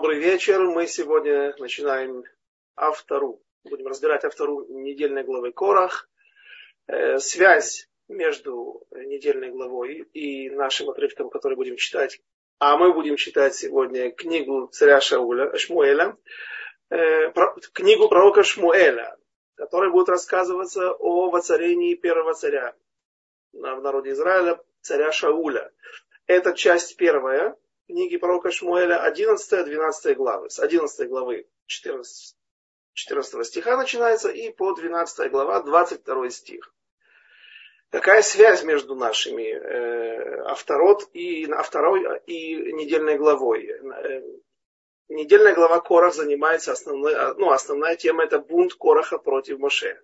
Добрый вечер. Мы сегодня начинаем Автору. Будем разбирать Автору недельной главы Корах. Связь между недельной главой и нашим отрывком, который будем читать. А мы будем читать сегодня книгу царя Шмуэля, книгу пророка Шмуэля, которая будет рассказываться о воцарении первого царя в народе Израиля, царя Шауля. Это часть первая книги пророка Шмуэля, 11-12 главы. С 11 главы 14 стиха начинается и по 12 глава 22 стих. Какая связь между нашими Авторот и недельной главой? Недельная глава Корах занимается основная тема — это бунт Кораха против Моше.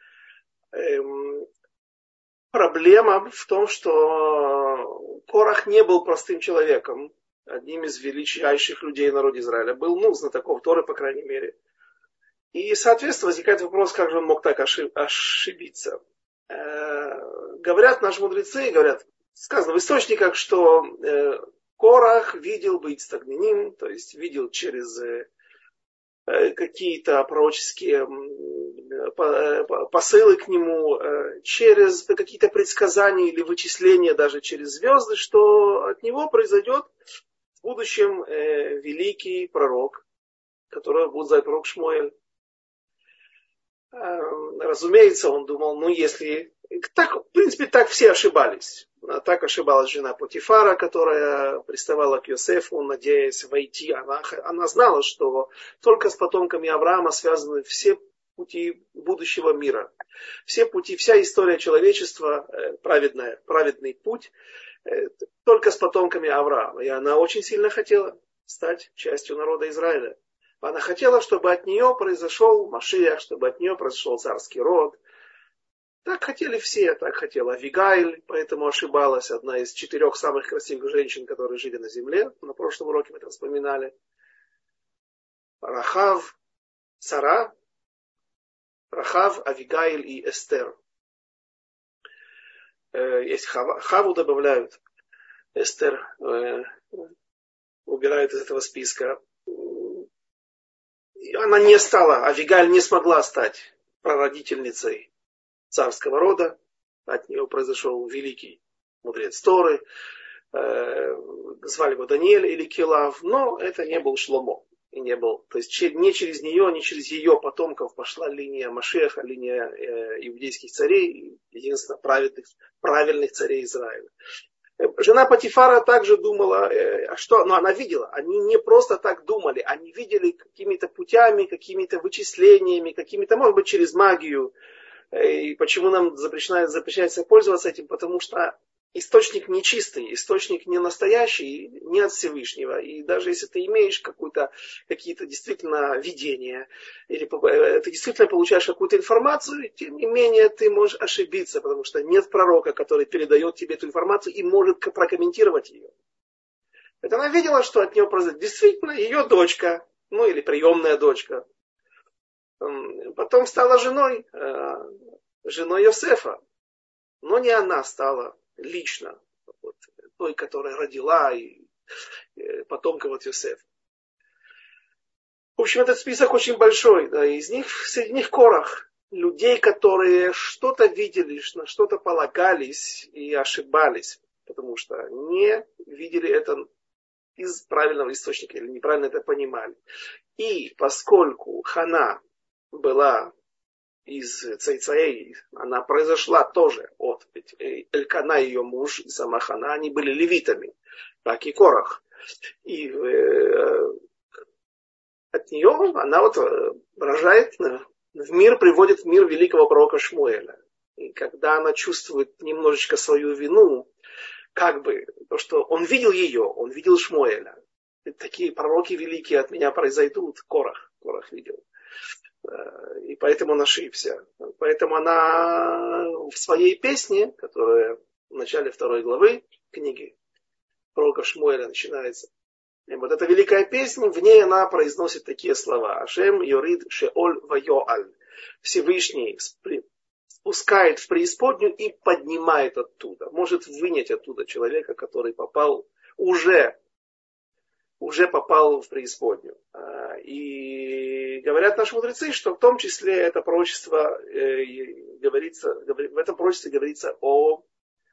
Проблема в том, что Корах не был простым человеком, одним из величайших людей в народе Израиля. Был, знатоков Торы, по крайней мере. И, соответственно, возникает вопрос, как же он мог так ошибиться. Говорят наши мудрецы, сказано в источниках, что Корах видел быть стагненим, то есть видел через какие-то пророческие посылы к нему, через какие-то предсказания или вычисления даже через звезды, что от него произойдет в будущем великий пророк, которого будет звать пророк Шмуэль. Разумеется, он думал, если... в принципе, так все ошибались. Так ошибалась жена Потифара, которая приставала к Йосефу, надеясь войти. Она знала, что только с потомками Авраама связаны все пути будущего мира. Все пути, вся история человечества, праведный путь, только с потомками Авраама. И она очень сильно хотела стать частью народа Израиля. Она хотела, чтобы от нее произошел Машиах, чтобы от нее произошел царский род. Так хотели все, так хотела Авигайль, поэтому ошибалась, одна из 4 самых красивых женщин, которые жили на земле. На прошлом уроке мы это вспоминали. Рахав, Сара, Рахав, Авигайль и Эстер. Есть Хаву добавляют, Эстер убирают из этого списка. Авигайль не смогла стать прародительницей царского рода. От нее произошел великий мудрец Торы. Звали его Даниэль или Килав, но это не был Шломо. То есть не через нее, не через ее потомков пошла линия Машеха, линия иудейских царей, единственно правильных царей Израиля. Жена Потифара также думала, она видела, они не просто так думали, они видели какими-то путями, какими-то вычислениями, какими-то, может быть, через магию. И почему нам запрещается пользоваться этим? Потому что источник нечистый, источник не настоящий, не от Всевышнего. И даже если ты имеешь какие-то действительно видения, или ты действительно получаешь какую-то информацию, тем не менее ты можешь ошибиться, потому что нет пророка, который передает тебе эту информацию и может прокомментировать ее. Это она видела, что от нее произойдет действительно ее дочка, или приемная дочка. Потом стала женой Йосефа. Но не она стала лично той, которая родила и потомков от Йосефа. В общем, этот список очень большой. Да, среди них Корах. Людей, которые что-то видели, на что-то полагались и ошибались. Потому что не видели это из правильного источника или неправильно это понимали. И поскольку Хана была из Цейцаэй, она произошла тоже от Элькана, ее муж, и сама Хана, они были левитами, как и Корах. И от нее она рожает в мир, приводит в мир великого пророка Шмуэля. И когда она чувствует немножечко свою вину, то, что он видел ее, он видел Шмуэля. Такие пророки великие от меня произойдут. Корах видел. И поэтому он ошибся. Поэтому она в своей песне, которая в начале 2 главы книги пророка Шмуэля начинается, и вот эта великая песня, в ней она произносит такие слова: Ашем Йорид Шеоль Вайоаль. Всевышний спускает в преисподнюю и поднимает оттуда. Может вынять оттуда человека, который попал уже уже попал в преисподнюю. И говорят наши мудрецы, что в том числе это пророчество в этом пророчестве говорится о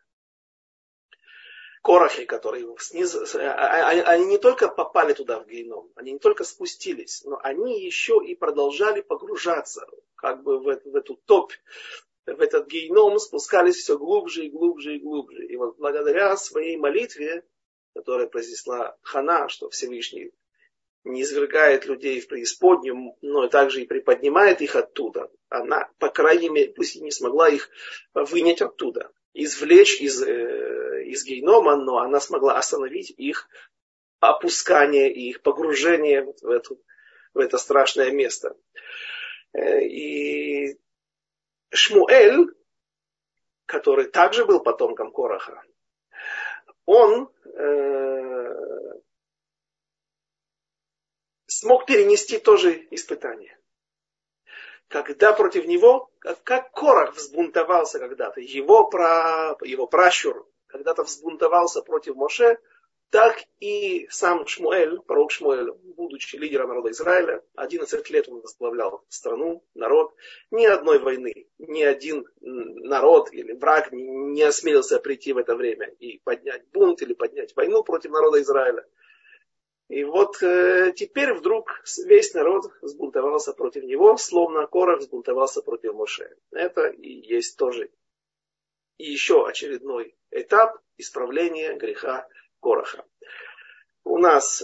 Корахе, которые они не только попали туда в геном, они не только спустились, но они еще и продолжали погружаться как бы в эту топь, в этот геном, спускались все глубже и глубже и глубже. И вот благодаря своей молитве, которая произнесла Хана, что Всевышний не извергает людей в преисподнюю, но также и приподнимает их оттуда, она, по крайней мере, пусть и не смогла их вынять оттуда, извлечь из генома, но она смогла остановить их опускание и их погружение в это страшное место. И Шмуэль, который также был потомком Кораха, он смог перенести тоже испытание. Когда против него, как Корах взбунтовался когда-то, его пращур когда-то взбунтовался против Моше, так и сам Шмуэль, пророк Шмуэль, будучи лидером народа Израиля, 11 лет он возглавлял страну, народ, ни одной войны, ни один народ или враг не осмелился прийти в это время и поднять бунт или поднять войну против народа Израиля. И вот теперь вдруг весь народ взбунтовался против него, словно Корах взбунтовался против Моше. Это и есть тоже и еще очередной этап исправления греха Кораха. У нас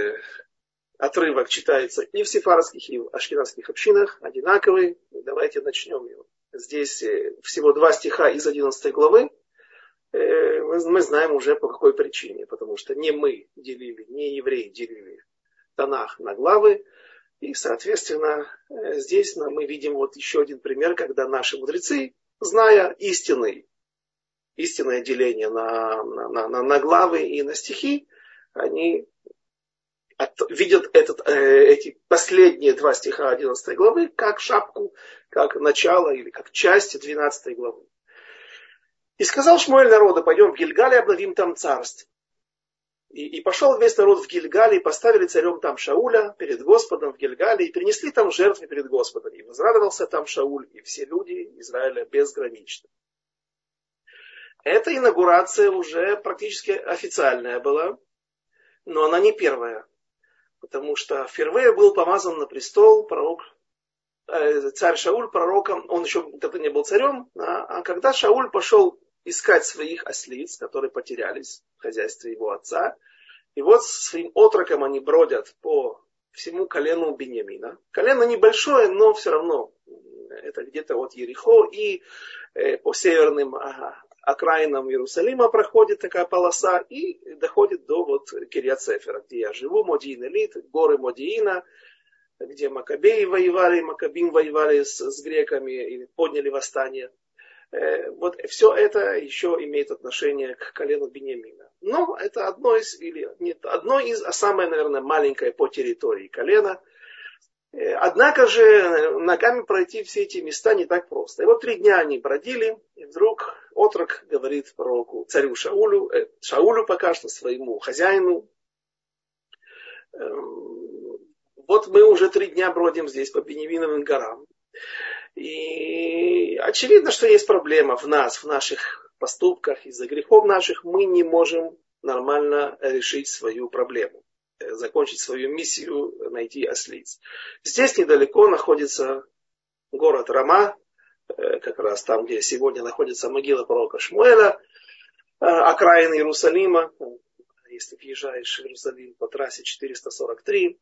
отрывок читается и в сефардских, и в ашкеназских общинах одинаковый. Давайте начнем его. Здесь всего 2 стиха из 11 главы. Мы знаем уже по какой причине. Потому что не мы делили, не евреи делили Танах на главы. И, соответственно, здесь мы видим вот еще один пример, когда наши мудрецы, зная истинное деление на главы и на стихи, они видят эти последние 2 стиха 11 главы как шапку, как начало или как часть 12 главы. И сказал Шмуэль народу: пойдем в Гильгаль и обновим там царство. И пошел весь народ в Гильгаль, и поставили царем там Шауля перед Господом в Гильгале, и принесли там жертвы перед Господом. И возрадовался там Шауль, и все люди Израиля безгранично. Эта инаугурация уже практически официальная была, но она не первая. Потому что впервые был помазан на престол царь Шауль пророком, он еще тогда не был царем, а когда Шауль пошел искать своих ослиц, которые потерялись в хозяйстве его отца, и вот с своим отроком они бродят по всему колену Беньямина. Колено небольшое, но все равно это где-то от Ерихо, и по северным окраинам Иерусалима проходит такая полоса и доходит до вот Кирьят-Сефера, где я живу, Модиин-Элит, горы Модиина, где Маккабим воевали с греками и подняли восстание. Вот все это еще имеет отношение к колену Беньямина. Но это одно из, а самое, наверное, маленькое по территории колено. Однако же ногами пройти все эти места не так просто. И вот 3 дня они бродили, и вдруг отрок говорит пророку, царю Шаулю пока что, своему хозяину: вот мы уже 3 дня бродим здесь по Беньяминовым горам. И очевидно, что есть проблема в нас, в наших поступках, из-за грехов наших мы не можем нормально решить свою проблему, закончить свою миссию, найти ослиц. Здесь недалеко находится город Рама, как раз там, где сегодня находится могила пророка Шмуэля, окраины Иерусалима. Если въезжаешь в Иерусалим по трассе 443,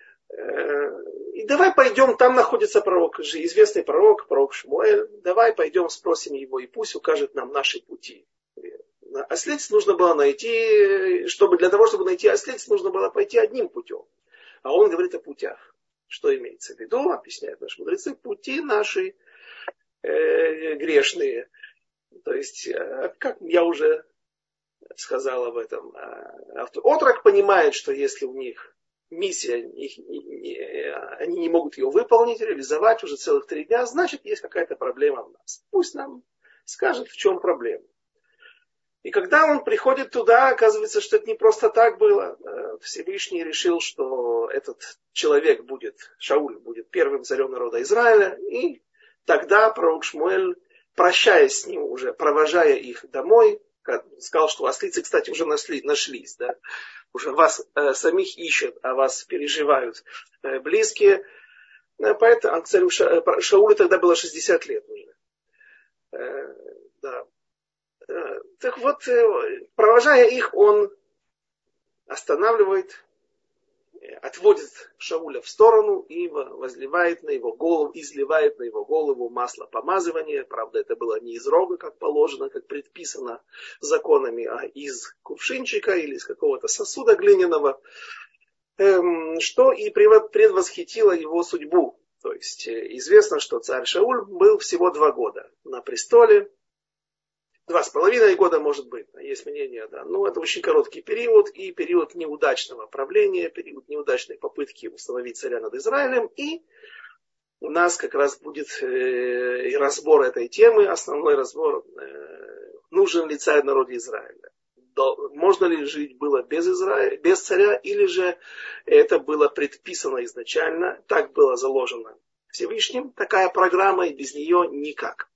и давай пойдем, там находится пророк, известный пророк Шмуэль, давай пойдем спросим его, и пусть укажет нам наши пути. Ослиц нужно было найти, для того, чтобы найти ослиц, нужно было пойти одним путем. А он говорит о путях. Что имеется в виду, объясняют наши мудрецы, пути наши грешные. То есть, как я уже сказал об этом, отрок понимает, что если у них миссия, они не могут ее выполнить, реализовать уже целых 3 дня, значит, есть какая-то проблема в нас. Пусть нам скажет, в чем проблема. И когда он приходит туда, оказывается, что это не просто так было. Всевышний решил, что этот человек будет, Шауль, будет первым царем народа Израиля. И тогда пророк Шмуэль, прощаясь с ним уже, провожая их домой, сказал, что ослицы, кстати, уже нашлись. Да? Уже вас самих ищут, а вас переживают близкие. Поэтому царю Шаулю тогда было 60 лет уже. Да. Так вот, провожая их, он останавливает, отводит Шауля в сторону и возливает на его голову, изливает на его голову масло помазывания. Правда, это было не из рога, как положено, как предписано законами, а из кувшинчика или из какого-то сосуда глиняного, что и предвосхитило его судьбу. То есть известно, что царь Шауль был всего 2 года на престоле. 2,5 года, может быть, есть мнение, да. Но это очень короткий период, и период неудачного правления, период неудачной попытки установить царя над Израилем. И у нас как раз будет разбор этой темы, основной разбор, нужен ли царь в народе Израиля. Можно ли жить было без царя, или же это было предписано изначально, так было заложено Всевышним, такая программа, и без нее никак.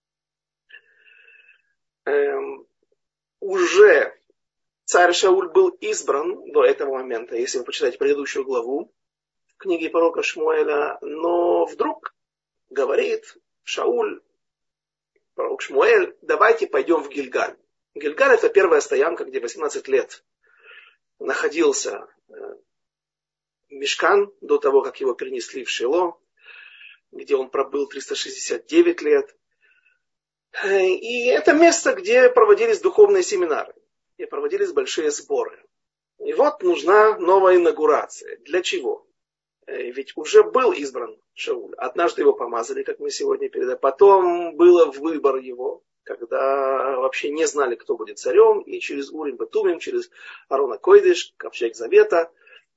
Уже царь Шауль был избран до этого момента, если вы почитаете предыдущую главу в книге пророка Шмуэля, но вдруг говорит Шауль, пророк Шмуэль, давайте пойдем в Гильгаль. Гильгаль — это первая стоянка, где 18 лет находился Мишкан до того, как его перенесли в Шило, где он пробыл 369 лет. И это место, где проводились духовные семинары, где проводились большие сборы. И вот нужна новая инаугурация. Для чего? Ведь уже был избран Шауль. Однажды его помазали, как мы сегодня передаем. Потом был выбор его, когда вообще не знали, кто будет царем. И через Урим и Тумим, через Арона Койдыш, ковчег Завета,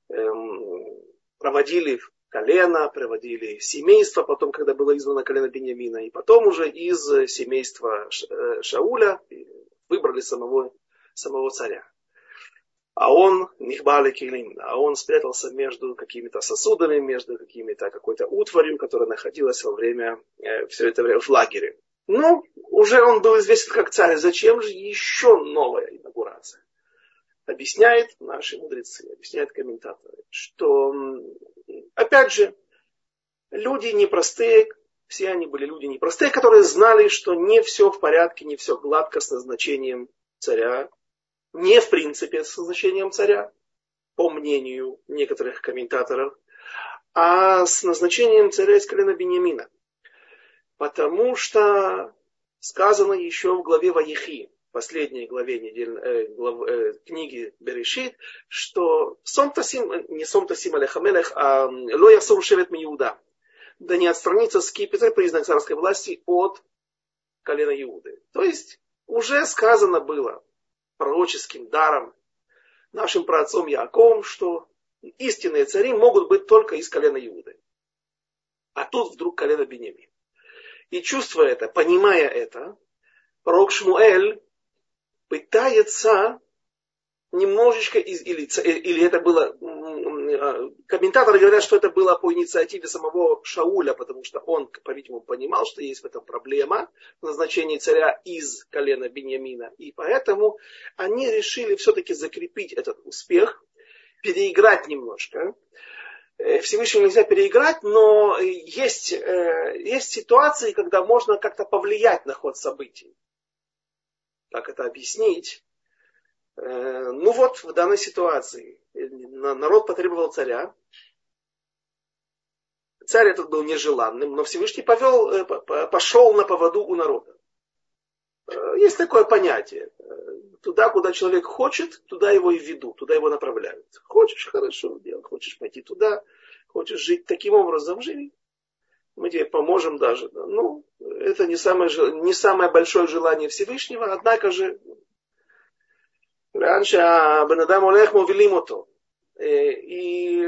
проводили колено, проводили семейство, потом, когда было избрано колено Беньямина, и потом уже из семейства Шауля выбрали самого царя. А он, Нихбали Килим, а он спрятался между какими-то сосудами, между какой-то утварью, которая находилась все это время в лагере. Но уже он был известен как царь. Зачем же еще новая инаугурация? Объясняют наши мудрецы, объясняют комментаторы, что, опять же, люди непростые, все они были люди непростые, которые знали, что не все в порядке, не все гладко с назначением царя, не в принципе с назначением царя, по мнению некоторых комментаторов, а с назначением царя из колена Беньямина. Потому что сказано еще в главе Ваихи, последней главе книги Берешит, что не Сом Тасим Алехамелех, а Ло Ясур Шевет Ми Иуда, да не отстранится скипетр, признак царской власти, от колена Иуды. То есть уже сказано было пророческим даром нашим праотцом Яаковом, что истинные цари могут быть только из колена Иуды. А тут вдруг колено Беньямин. И чувствуя это, понимая это, пророк Шмуэль пытается немножечко, или это было, комментаторы говорят, что это было по инициативе самого Шауля, потому что он, по-видимому, понимал, что есть в этом проблема в назначении царя из колена Беньямина. И поэтому они решили все-таки закрепить этот успех, переиграть немножко. Всевышнему нельзя переиграть, но есть ситуации, когда можно как-то повлиять на ход событий. Как это объяснить? Ну вот, в данной ситуации народ потребовал царя. Царь этот был нежеланным, но Всевышний пошел на поводу у народа. Есть такое понятие. Туда, куда человек хочет, туда его и ведут, туда его направляют. Хочешь, хорошо делай, хочешь пойти туда, хочешь жить таким образом, живи. Мы тебе поможем даже. Ну, это не самое большое желание Всевышнего, однако же раньше Бенадам Олех мовилим ото. И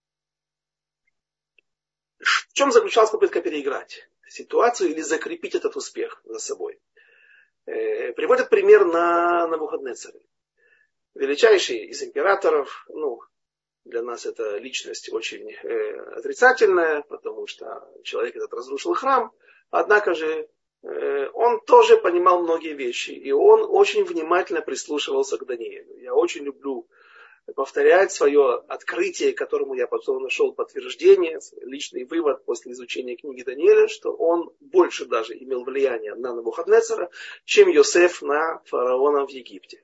в чем заключалась попытка переиграть ситуацию или закрепить этот успех за собой? приводят пример на Навуходоносоре. Величайший из императоров, для нас это личность очень отрицательная, потому что человек этот разрушил храм, однако же он тоже понимал многие вещи, и он очень внимательно прислушивался к Даниилу. Я очень люблю повторять свое открытие, которому я потом нашел подтверждение, личный вывод после изучения книги Даниила, что он больше даже имел влияние на Навуходоносора, чем Йосеф на фараона в Египте.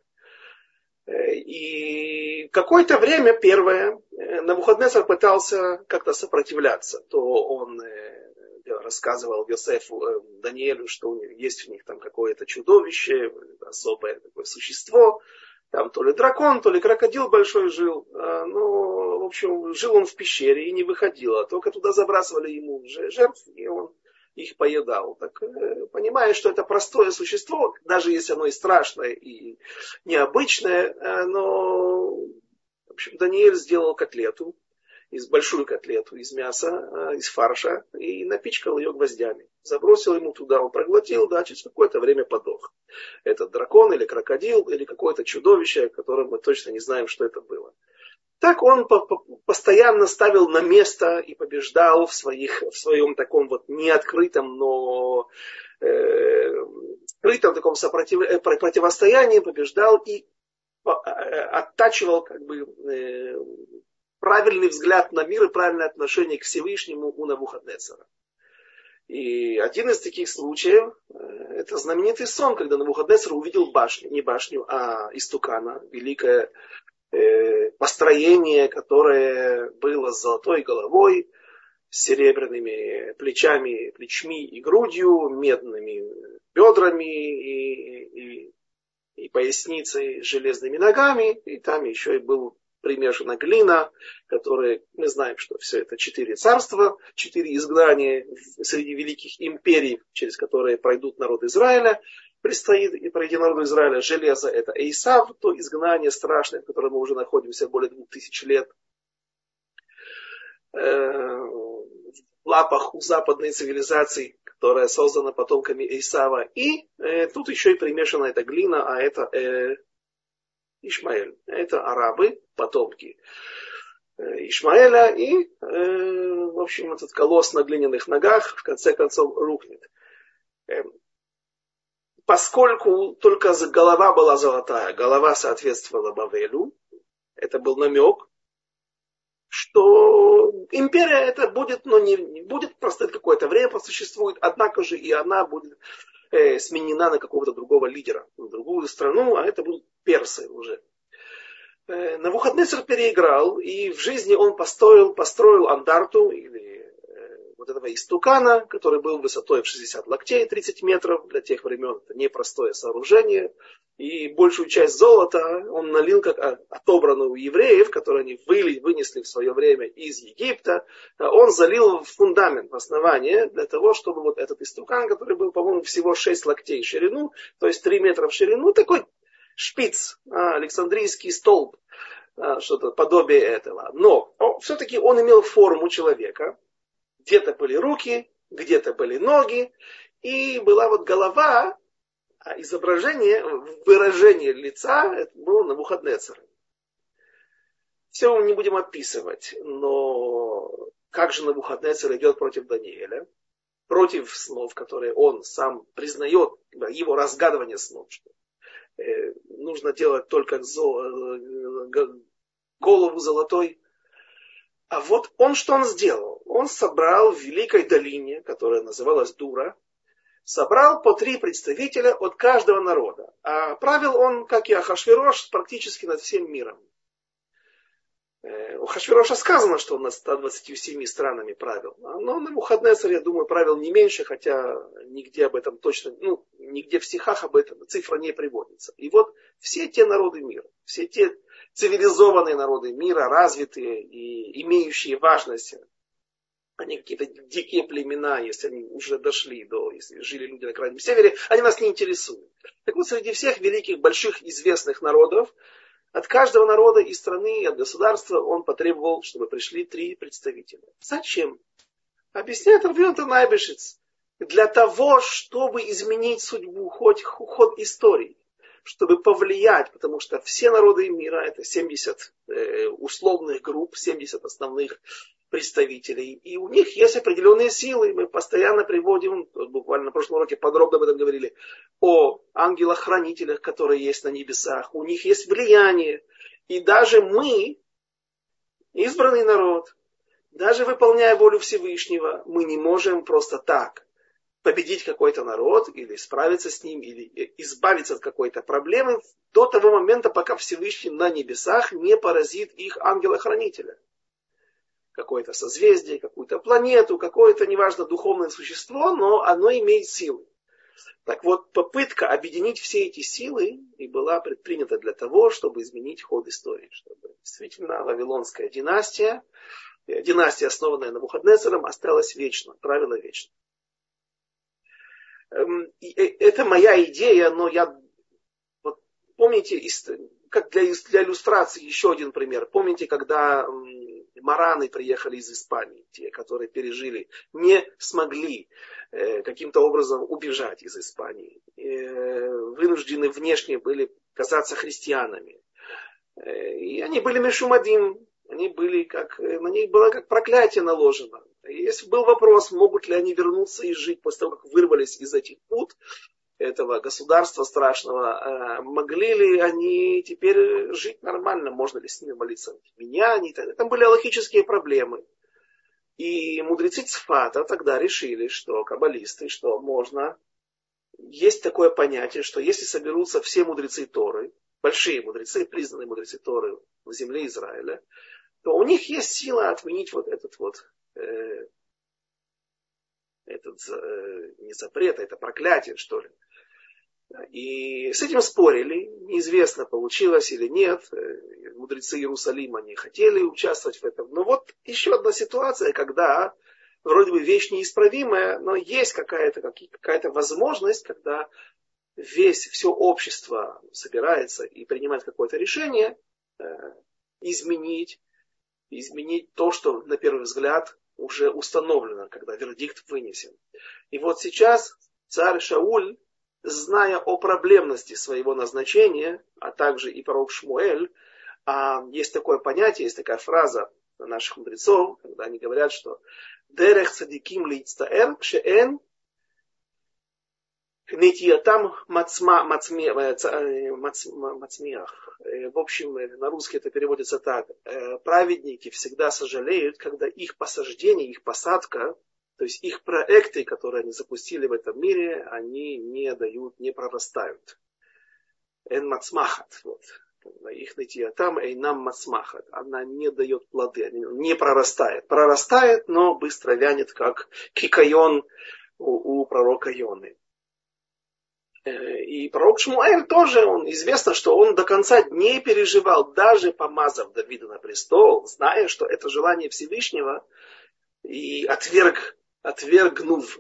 И какое-то время первое Навуходоносор пытался как-то сопротивляться. То он рассказывал Йосефу, Даниилу, что есть в них там какое-то чудовище, особое такое существо, там то ли дракон, то ли крокодил большой жил. В общем, жил он в пещере и не выходил, а только туда забрасывали ему жертв, и он их поедал. Так, понимая, что это простое существо, даже если оно и страшное, и необычное, но, в общем, Даниил сделал котлету, большую котлету из мяса, из фарша, и напичкал ее гвоздями. Забросил ему туда, он проглотил, через какое-то время подох. Этот дракон или крокодил, или какое-то чудовище, о котором мы точно не знаем, что это было. Так он постоянно ставил на место и побеждал в своем таком вот неоткрытом, но скрытом таком противостоянии, побеждал и оттачивал правильный взгляд на мир и правильное отношение к Всевышнему у Навуходоносора. И один из таких случаев, это знаменитый сон, когда Навуходоносор увидел башню, не башню, а истукана, великое построение, которое было с золотой головой, с серебряными плечами и грудью, медными бедрами и поясницей, с железными ногами, и там еще и был примешана глина, которая, мы знаем, что все это 4 царства, 4 изгнания среди великих империй, через которые пройдут народ Израиля. Предстоит и пройти народу Израиля железо, это Эйсав, то изгнание страшное, в котором мы уже находимся более 2000 лет. В лапах у западной цивилизации, которая создана потомками Эйсава. И тут еще и примешана эта глина, а это Ишмаэль. Это арабы, потомки Ишмаэля. И, в общем, этот колосс на глиняных ногах в конце концов рухнет. Поскольку только голова была золотая, голова соответствовала Бавелю, это был намек, что империя это будет, но не будет, просто какое-то время просуществует, однако же и она будет сменена на какого-то другого лидера, на другую страну, а это будут персы уже. Навуходоносор переиграл, и в жизни он построил андарту, или вот этого истукана, который был высотой в 60 локтей, 30 метров, для тех времен это непростое сооружение, и большую часть золота он налил, как отобранную у евреев, которые они вынесли в свое время из Египта, он залил в фундамент, в основание, для того, чтобы вот этот истукан, который был, по-моему, всего 6 локтей в ширину, то есть 3 метра в ширину, такой шпиц, Александрийский столб, что-то подобие этого. Но все-таки он имел форму человека, где-то были руки, где-то были ноги, и была вот голова, а изображение, выражение лица, это было Навуходоносора. Все мы не будем описывать, но как же Навуходоносор идет против Даниила, против снов, которые он сам признает, его разгадывание снов, что нужно делать только голову золотой. А вот что он сделал? Он собрал в Великой долине, которая называлась Дура, собрал по 3 представителя от каждого народа. А правил он, как и Ахашвирош, практически над всем миром. У Ахашвироша сказано, что он над 127 странами правил. Но Навуходоносор, я думаю, правил не меньше, хотя нигде об этом точно, нигде в стихах об этом цифра не приводится. И вот все те народы мира, все те цивилизованные народы мира, развитые и имеющие важность, они какие-то дикие племена, если они уже дошли если жили люди на Крайнем Севере, они нас не интересуют. Так вот, среди всех великих, больших, известных народов, от каждого народа и страны, и от государства он потребовал, чтобы пришли 3 представителя. Зачем? Объясняет Рав Йонатан Эйбешиц. для того, чтобы изменить судьбу, ход истории, чтобы повлиять, потому что все народы мира, это 70 условных групп, 70 основных представителей, и у них есть определенные силы. Мы постоянно приводим, буквально на прошлом уроке подробно об этом говорили, о ангелах-хранителях, которые есть на небесах. У них есть влияние. И даже мы, избранный народ, даже выполняя волю Всевышнего, мы не можем просто так победить какой-то народ, или справиться с ним, или избавиться от какой-то проблемы до того момента, пока Всевышний на небесах не поразит их ангела-хранителя. Какое-то созвездие, какую-то планету, какое-то, неважно, духовное существо, но оно имеет силы. Так вот, попытка объединить все эти силы и была предпринята для того, чтобы изменить ход истории. Чтобы действительно Вавилонская династия, основанная Навуходоносором, осталась вечно, правила вечно. Это моя идея, но вот, помните, как для иллюстрации еще один пример. Помните, когда мараны приехали из Испании, те, которые пережили, не смогли каким-то образом убежать из Испании, вынуждены внешне были казаться христианами. И они были мешумадим, на них было как проклятие наложено. Если был вопрос, могут ли они вернуться и жить после того, как вырвались из этих пут этого государства страшного, могли ли они теперь жить нормально, можно ли с ними молиться меня, там были алахические проблемы. И мудрецы Цфата тогда решили, что каббалисты, что можно, есть такое понятие, что если соберутся все мудрецы Торы, большие мудрецы, признанные мудрецы Торы в земле Израиля, то у них есть сила отменить вот этот не запрет, а это проклятие, что ли. И с этим спорили, неизвестно, получилось или нет. Мудрецы Иерусалима не хотели участвовать в этом. Но вот еще одна ситуация, когда вроде бы вещь неисправимая, но есть какая-то возможность, когда все общество собирается и принимает какое-то решение, изменить то, что на первый взгляд уже установлено, когда вердикт вынесен. И вот сейчас царь Шауль, зная о проблемности своего назначения, а также и пророк Шмуэль, есть такое понятие, есть такая фраза наших мудрецов, когда они говорят, что «Дерех цадиким лейцтаэр кшеэн нитиятам мацмиах». В общем, на русский это переводится так. Праведники всегда сожалеют, когда их посаждение, их посадка, то есть их проекты, которые они запустили в этом мире, они не прорастают. Эн мацмахат. Вот. Их нитиятам эйнам мацмахат. Она не дает плоды, не прорастает. Прорастает, но быстро вянет, как кикайон у пророка Йоны. И пророк Шмуэль тоже, известно, что он до конца дней переживал, даже помазав Давида на престол, зная, что это желание Всевышнего, и отвергнув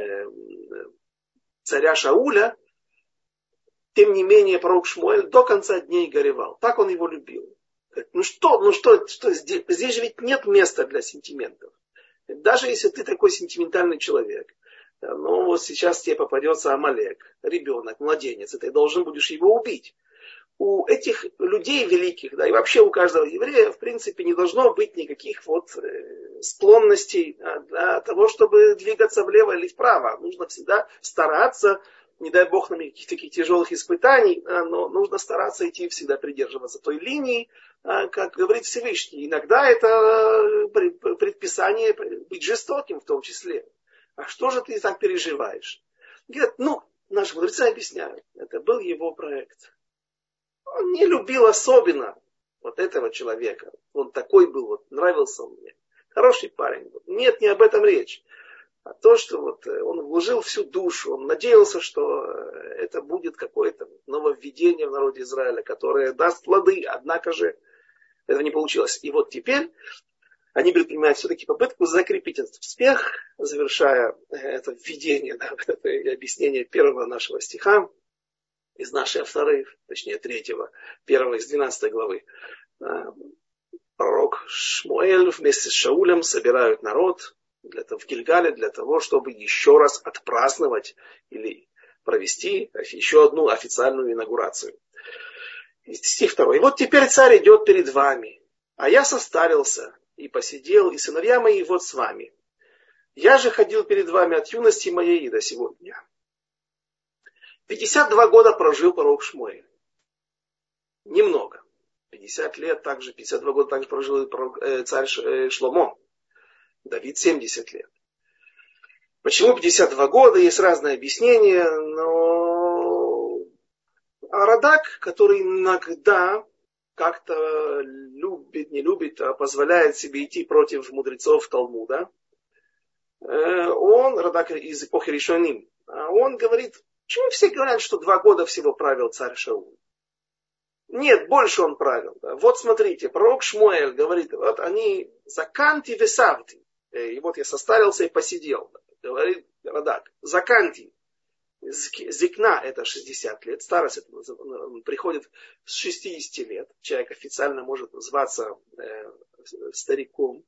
царя Шауля, тем не менее пророк Шмуэль до конца дней горевал. Так он его любил. Ну что здесь же ведь нет места для сентиментов. Даже если ты такой сентиментальный человек, но вот сейчас тебе попадется Амалек, ребенок, младенец, и ты должен будешь его убить. У этих людей великих, да, и вообще у каждого еврея, в принципе, не должно быть никаких склонностей для того, чтобы двигаться влево или вправо. Нужно всегда стараться, не дай бог нам каких-то таких тяжелых испытаний, но нужно стараться идти всегда придерживаться той линии, как говорит Всевышний. Иногда это предписание быть жестоким в том числе. А что же ты так переживаешь? Говорят, наши мудрецы объясняют, это был его проект. Он не любил особенно вот этого человека. Он такой был, нравился он мне. Хороший парень был. Нет, не об этом речь. А то, что он вложил всю душу, он надеялся, что это будет какое-то нововведение в народе Израиля, которое даст плоды, однако же это не получилось. И вот теперь они предпринимают все-таки попытку закрепить этот успех, завершая это введение, это объяснение первого нашего стиха из нашей второй, точнее третьего, первого из 12 главы. Пророк Шмуэль вместе с Шаулем собирают народ, в Гильгале для того, чтобы еще раз отпраздновать или провести еще одну официальную инаугурацию. Стих 2. И вот теперь царь идет перед вами, а я состарился и посидел, и сыновья мои вот с вами. Я же ходил перед вами от юности моей и до сего дня. 52 года прожил пророк Шмуэль. Немного. 50 лет также, 52 года также прожил царь Шломо. Давид 70 лет. Почему 52 года? Есть разные объяснения, но Радак, который иногда как-то любит, не любит, а позволяет себе идти против мудрецов Талмуда, он, Радак из эпохи Ришоним, он говорит, почему все говорят, что 2 года всего правил царь Шауль? Нет, больше он правил. Да. Вот смотрите, пророк Шмуэль говорит, вот они заканти весавти. И вот я состарился и посидел. Говорит Радак, заканти. Зикна это 60 лет, старость это приходит с 60 лет. Человек официально может называться стариком.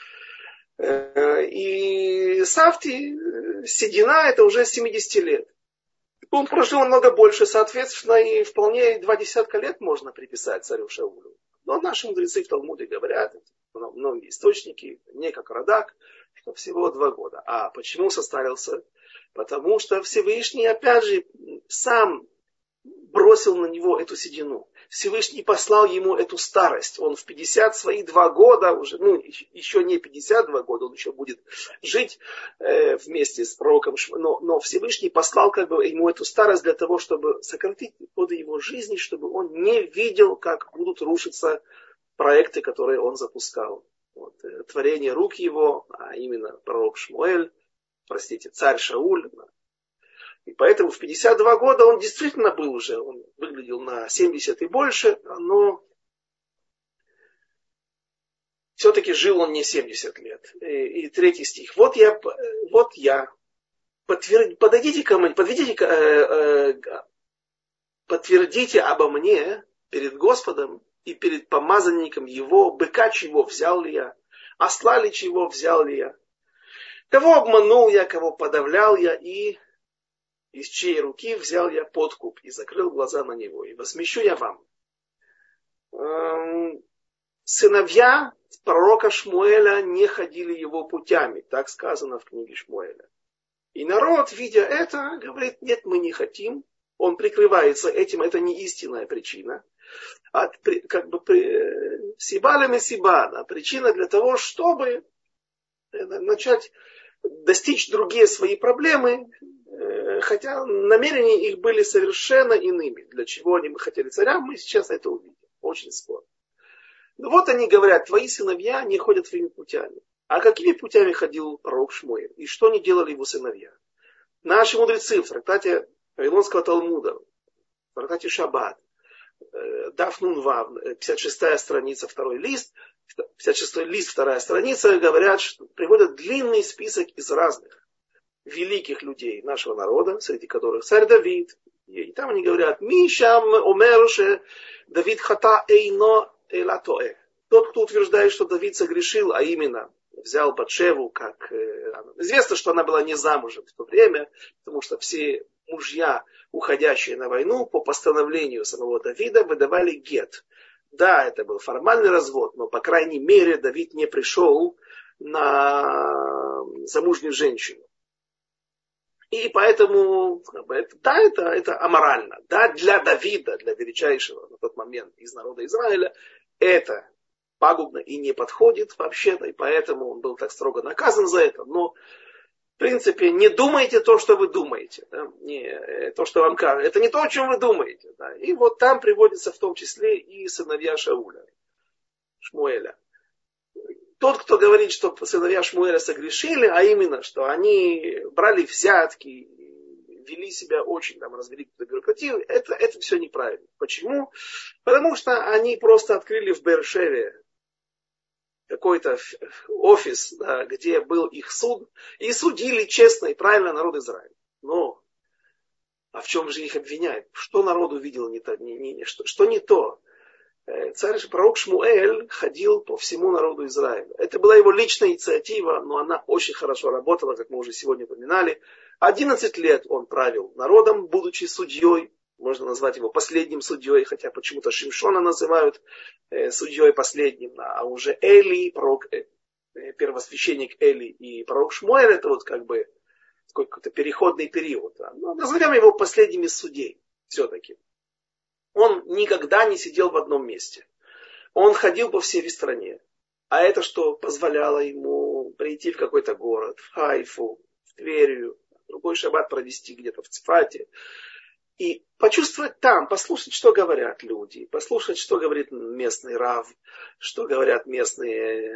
И Савти, седина, это уже 70 лет. Он прожил намного больше, соответственно, и вполне 20 лет можно приписать царю Шаулю. Но наши мудрецы в Талмуде говорят, многие источники, не как Радак, что всего 2 года. А почему состарился? Потому что Всевышний, опять же, сам бросил на него эту седину. Всевышний послал ему эту старость. Он в 52 года, уже, еще не 52 года, он еще будет жить вместе с пророком. Но Всевышний послал ему эту старость для того, чтобы сократить годы его жизни, чтобы он не видел, как будут рушиться проекты, которые он запускал. Вот, творение рук его, а именно пророк Шмуэль, царь Шауль. И поэтому в 52 года он действительно был уже, он выглядел на 70 и больше, но все-таки жил он не 70 лет. И 3 стих. Подтвердите обо мне перед Господом и перед помазанником его, быка чего взял ли я, осла ли чего взял ли я, кого обманул я, кого подавлял я, и из чьей руки взял я подкуп и закрыл глаза на него, и возмещу я вам. Сыновья пророка Шмуэля не ходили его путями, так сказано в книге Шмуэля. И народ, видя это, говорит, нет, мы не хотим. Он прикрывается этим, это не истинная причина. Сибалем и сибана. Причина для того, чтобы начать достичь другие свои проблемы, хотя намерения их были совершенно иными. Для чего они хотели царя, мы сейчас это увидим. Очень скоро. Но вот они говорят, твои сыновья не ходят твоими путями. А какими путями ходил пророк Шмуэль? И что не делали его сыновья? Наши мудрецы в трактате Вавилонского Талмуда, в трактате Шаббат, Даф Нун Вав, 56-я страница, 2 лист, 56-й лист, 2-я страница, говорят, что приводят длинный список из разных великих людей нашего народа, среди которых царь Давид. И там они говорят, Мишам омеруше Давид хата эйно элатоэ. Тот, кто утверждает, что Давид согрешил, а именно взял Батшеву, как известно, что она была не замужем в то время, потому что все мужья, уходящие на войну, по постановлению самого Давида выдавали гет. Да, это был формальный развод, но, по крайней мере, Давид не пришел на замужнюю женщину. И поэтому, да, это аморально. Да, для Давида, для величайшего на тот момент из народа Израиля, это пагубно и не подходит вообще-то, и поэтому он был так строго наказан за это. Но, в принципе, не думайте то, что вы думаете. Да? Не то, что вам кажется. Это не то, о чем вы думаете. Да? И вот там приводится в том числе и сыновья Шауля, Шмуэля. Тот, кто говорит, что сыновья Шмуэля согрешили, а именно, что они брали взятки, вели себя очень, развели какую-то бюрократию, это все неправильно. Почему? Потому что они просто открыли в Беэр-Шеве какой-то офис, да, где был их суд, и судили честно и правильно народ Израиля. Но, а в чем же их обвиняют? Что народ увидел что не то? Пророк Шмуэль ходил по всему народу Израиля. Это была его личная инициатива, но она очень хорошо работала, как мы уже сегодня упоминали. 11 лет он правил народом, будучи судьей. Можно назвать его последним судьей, хотя почему-то Шимшона называют судьей последним. А уже Эли, пророк, первосвященник Эли и пророк Шмуэль, это вот как бы какой-то переходный период. Но назовем его последним из судей все-таки. Он никогда не сидел в одном месте. Он ходил по всей стране. А это что позволяло ему прийти в какой-то город, в Хайфу, в Тверию, другой шаббат провести где-то в Цфате. И почувствовать там, послушать, что говорят люди, послушать, что говорит местный рав, что говорят местные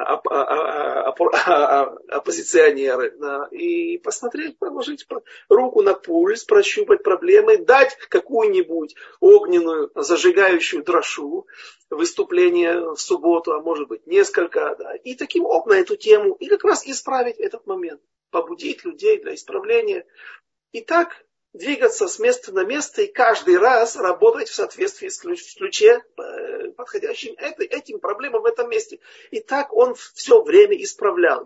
оппозиционеры. Да, и посмотреть, положить руку на пульс, прощупать проблемы, дать какую-нибудь огненную, зажигающую дрошу, выступление в субботу, а может быть несколько, да, и таким образом на эту тему, и как раз исправить этот момент, побудить людей для исправления. И так двигаться с места на место и каждый раз работать в соответствии с ключе, подходящим этим проблемам в этом месте. И так он все время исправлял.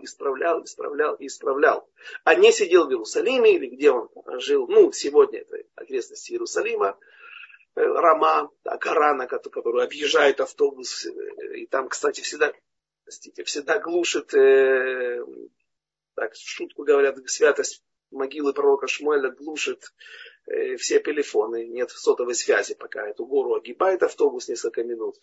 А не сидел в Иерусалиме, или где он жил, сегодня это окрестности Иерусалима, Рама, Карана, который объезжает автобус, и там, кстати, всегда глушит, так в шутку говорят, святость могилы пророка Шмуэля глушит все телефоны, нет сотовой связи, пока эту гору огибает автобус несколько минут.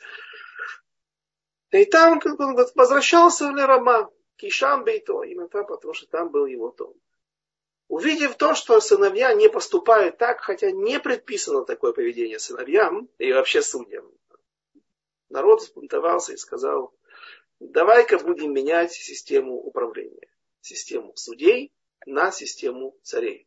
И там он возвращался в Рама, Кишам Бейто, именно там, потому что там был его дом. Увидев то, что сыновья не поступают так, хотя не предписано такое поведение сыновьям и вообще судьям, народ взбунтовался и сказал: давай-ка будем менять систему управления, систему судей на систему царей.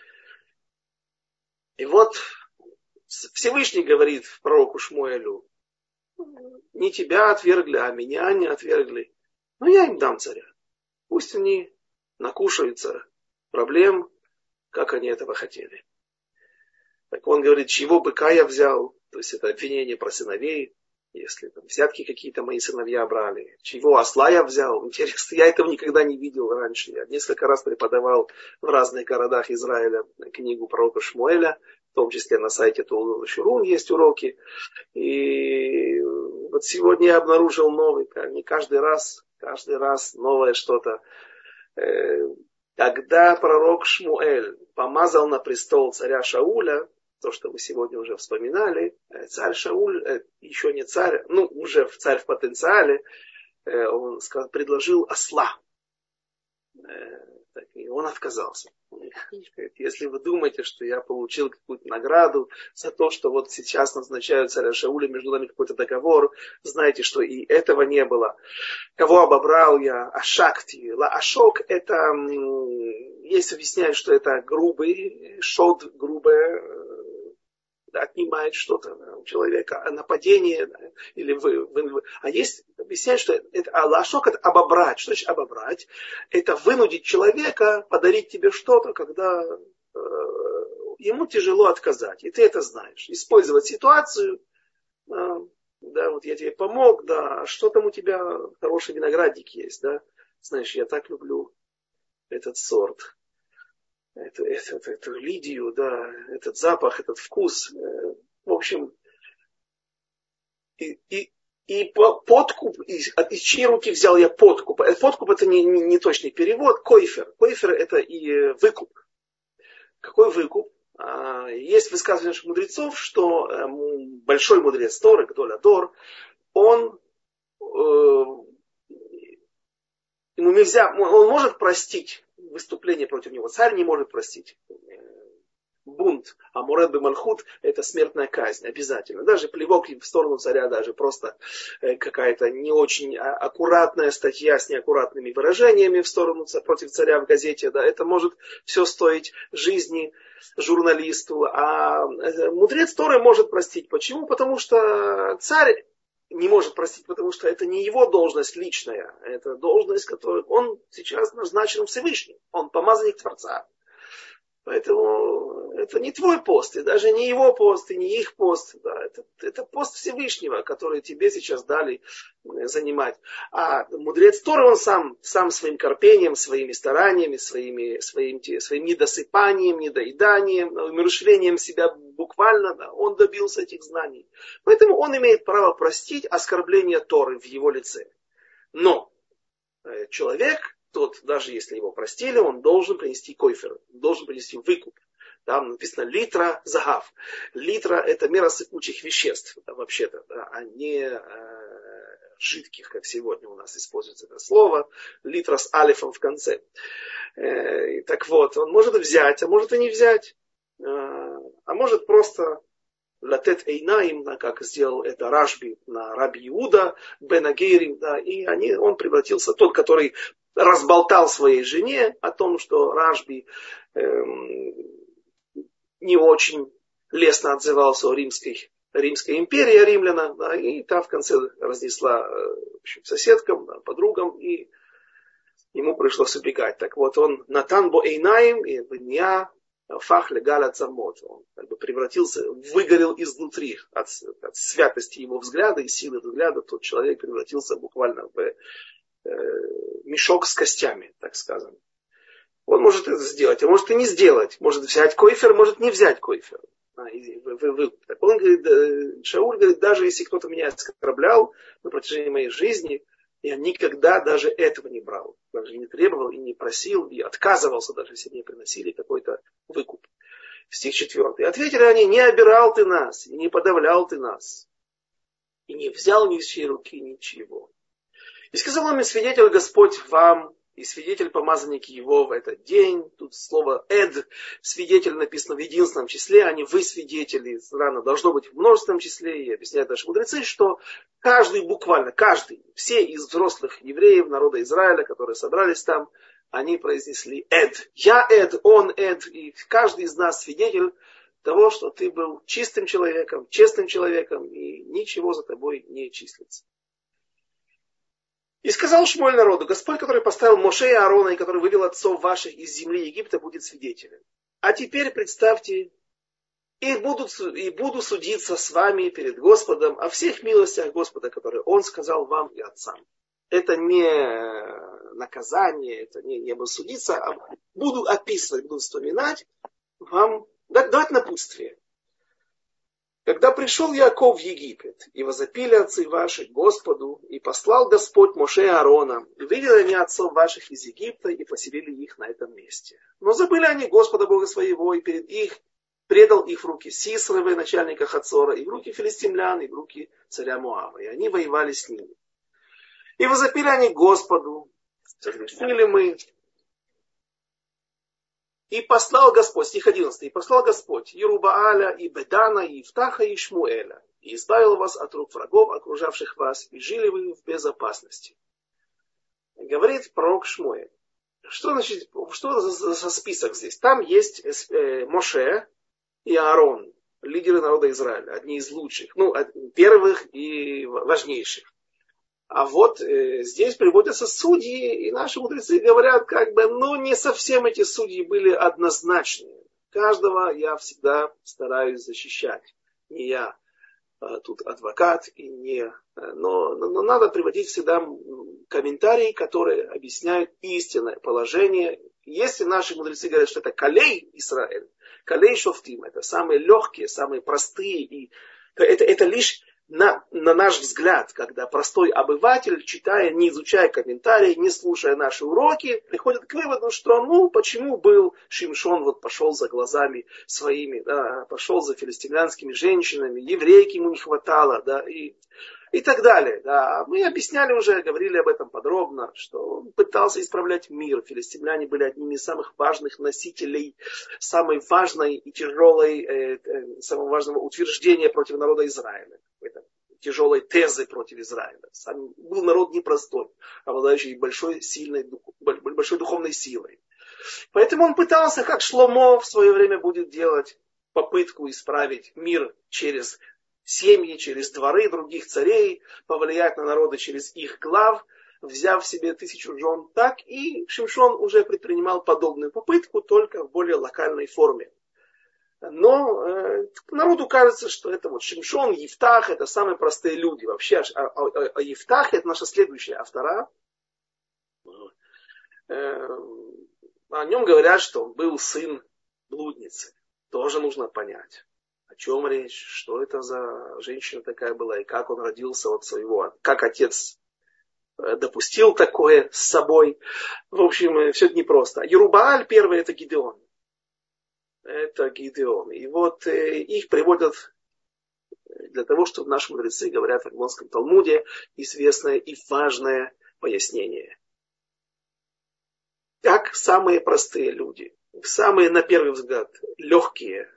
И вот Всевышний говорит пророку Шмуэлю: не тебя отвергли, а меня не отвергли, но я им дам царя. Пусть они накушаются проблем, как они этого хотели. Так он говорит: чего быка я взял, то есть это обвинение про сыновей, если там взятки какие-то мои сыновья брали. Чего осла я взял? Интересно, я этого никогда не видел раньше. Я несколько раз преподавал в разных городах Израиля книгу пророка Шмуэля, в том числе на сайте Толдот Шурун есть уроки. И вот сегодня я обнаружил новый, не каждый раз новое что-то. Когда пророк Шмуэль помазал на престол царя Шауля, то, что мы сегодня уже вспоминали, царь Шауль, еще не царь, уже царь в потенциале, он предложил осла. И он отказался. Если вы думаете, что я получил какую-то награду за то, что вот сейчас назначают царя Шауля, между нами какой-то договор, знаете, что и этого не было. Кого обобрал я? Ашакти. Ашок — это, есть объясняют, что это грубый, шод грубое, отнимает что-то у человека, нападение, или а есть, объясняют, что это алашок, это обобрать. Что значит обобрать? Это вынудить человека подарить тебе что-то, когда ему тяжело отказать. И ты это знаешь. Использовать ситуацию, да, вот я тебе помог, да, а что там у тебя, хороший виноградник есть, да? Знаешь, я так люблю этот сорт. Эту лидию, да, этот запах, этот вкус. В общем, и подкуп, из чьей руки взял я подкуп? Подкуп — это не точный перевод. Койфер. Койфер — это и выкуп. Какой выкуп? Есть высказывание наших мудрецов, что большой мудрец Торы, Гдоль Адор, он может простить выступление против него. Царь не может простить бунт. А муред бе мальхут — это смертная казнь. Обязательно. Даже плевок в сторону царя, даже просто какая-то не очень аккуратная статья с неаккуратными выражениями в сторону против царя в газете. Да, это может все стоить жизни журналисту. А мудрец Торы может простить. Почему? Потому что царь не может простить, потому что это не его должность личная. Это должность, которую он сейчас назначен Всевышним. Он помазанник Творца. Поэтому это не твой пост, и даже не его пост, и не их пост. Да, это пост Всевышнего, который тебе сейчас дали занимать. А мудрец Торы, он сам своим корпением, своими стараниями, своим недосыпанием, недоеданием, умерщвлением себя буквально, да, он добился этих знаний. Поэтому он имеет право простить оскорбление Торы в его лице. Но человек, тот, даже если его простили, он должен принести койфер, должен принести выкуп. Там написано литра загав. Литра – это мера сыпучих веществ, да, вообще-то, да, а не жидких, как сегодня у нас используется это слово. Литра с алифом в конце. Так вот, он может взять, а может и не взять. А может просто латет эйнаим, как сделал это Рашби на Раби Иуда, Бен Агейрим, да, и он превратился, тот, который разболтал своей жене о том, что Рашби не очень лестно отзывался о Римской империи, о римлянах, да, и та в конце разнесла соседкам, да, подругам, и ему пришлось убегать. Так вот, он Натан бо эйнаим и бня фах легаля цамот. Он как бы превратился, выгорел изнутри от святости его взгляда и силы взгляда. Тот человек превратился буквально в мешок с костями, так скажем. Он может это сделать, а может и не сделать. Может взять койфер, может не взять койфер. Так он говорит, Шауль говорит, даже если кто-то меня оскорблял на протяжении моей жизни, я никогда даже этого не брал. Даже не требовал и не просил, и отказывался, даже если мне приносили какой-то выкуп. Стих 4. Ответили они, не обирал ты нас, и не подавлял ты нас, и не взял ни с чьей руки ничего. И сказал им свидетель Господь вам, и свидетель помазанник его в этот день. Тут слово «эд», свидетель написано в единственном числе, а не «вы свидетели». Рано должно быть в множественном числе. И объясняют наши мудрецы, что буквально каждый, все из взрослых евреев, народа Израиля, которые собрались там, они произнесли «эд». Я «эд», он «эд», и каждый из нас свидетель того, что ты был чистым человеком, честным человеком, и ничего за тобой не числится. И сказал Шмуэль народу, Господь, который поставил Моше и Аарона, и который вывел отцов ваших из земли Египта, будет свидетелем. А теперь представьте, и буду судиться с вами перед Господом о всех милостях Господа, которые Он сказал вам и отцам. Это не наказание, это не буду судиться, а буду описывать, буду вспоминать вам, давать напутствие. Когда пришел Яков в Египет, и возопили отцы ваши Господу, и послал Господь Моше и Аарона, и вывели они отцов ваших из Египта, и поселили их на этом месте. Но забыли они Господа Бога своего, и предал их в руки Сисры, начальника Хацора, и в руки филистимлян, и в руки царя Моава, и они воевали с ними. И возопили они Господу, согрешили мы. И послал Господь, стих 11, и послал Господь Ерубааля, и Бедана, и Ифтаха, и Шмуэля, и избавил вас от рук врагов, окружавших вас, и жили вы в безопасности. Говорит пророк Шмуэль. Что за список здесь? Там есть Моше и Аарон, лидеры народа Израиля, одни из лучших, первых и важнейших. А вот здесь приводятся судьи, и наши мудрецы говорят, не совсем эти судьи были однозначные. Каждого я всегда стараюсь защищать. Не я тут адвокат, но надо приводить всегда комментарии, которые объясняют истинное положение. Если наши мудрецы говорят, что это Калей Исраэль, Калей Шофтим, это самые легкие, самые простые, это лишь на наш взгляд, когда простой обыватель, читая, не изучая комментарии, не слушая наши уроки, приходит к выводу, что почему был Шимшон, пошел за глазами своими, да, пошел за филистимлянскими женщинами, еврейки ему не хватало, да, и так далее. Да. Мы объясняли уже, говорили об этом подробно, что он пытался исправлять мир. Филистимляне были одними из самых важных носителей самой важной и тяжелой, самого важного утверждения против народа Израиля. Тяжелой тезы против Израиля. Сам был народ непростой, обладающий большой духовной силой. Поэтому он пытался, как Шломо в свое время будет делать, попытку исправить мир через семьи, через дворы других царей, повлиять на народы через их глав, взяв себе 1000 жен, так и Шимшон уже предпринимал подобную попытку, только в более локальной форме. Но народу кажется, что это вот Шимшон, Ифтах, это самые простые люди. Вообще, Ифтах это наша следующая автора. О нем говорят, что он был сын блудницы. Тоже нужно понять, о чем речь, что это за женщина такая была, и как он родился от своего, как отец допустил такое с собой. В общем, все это непросто. Ерубааль первый это Гидеон. Это Гидеон. И вот их приводят для того, чтобы наши мудрецы говорят в Вавилонском Талмуде известное и важное пояснение. Как самые простые люди, самые, на первый взгляд, легкие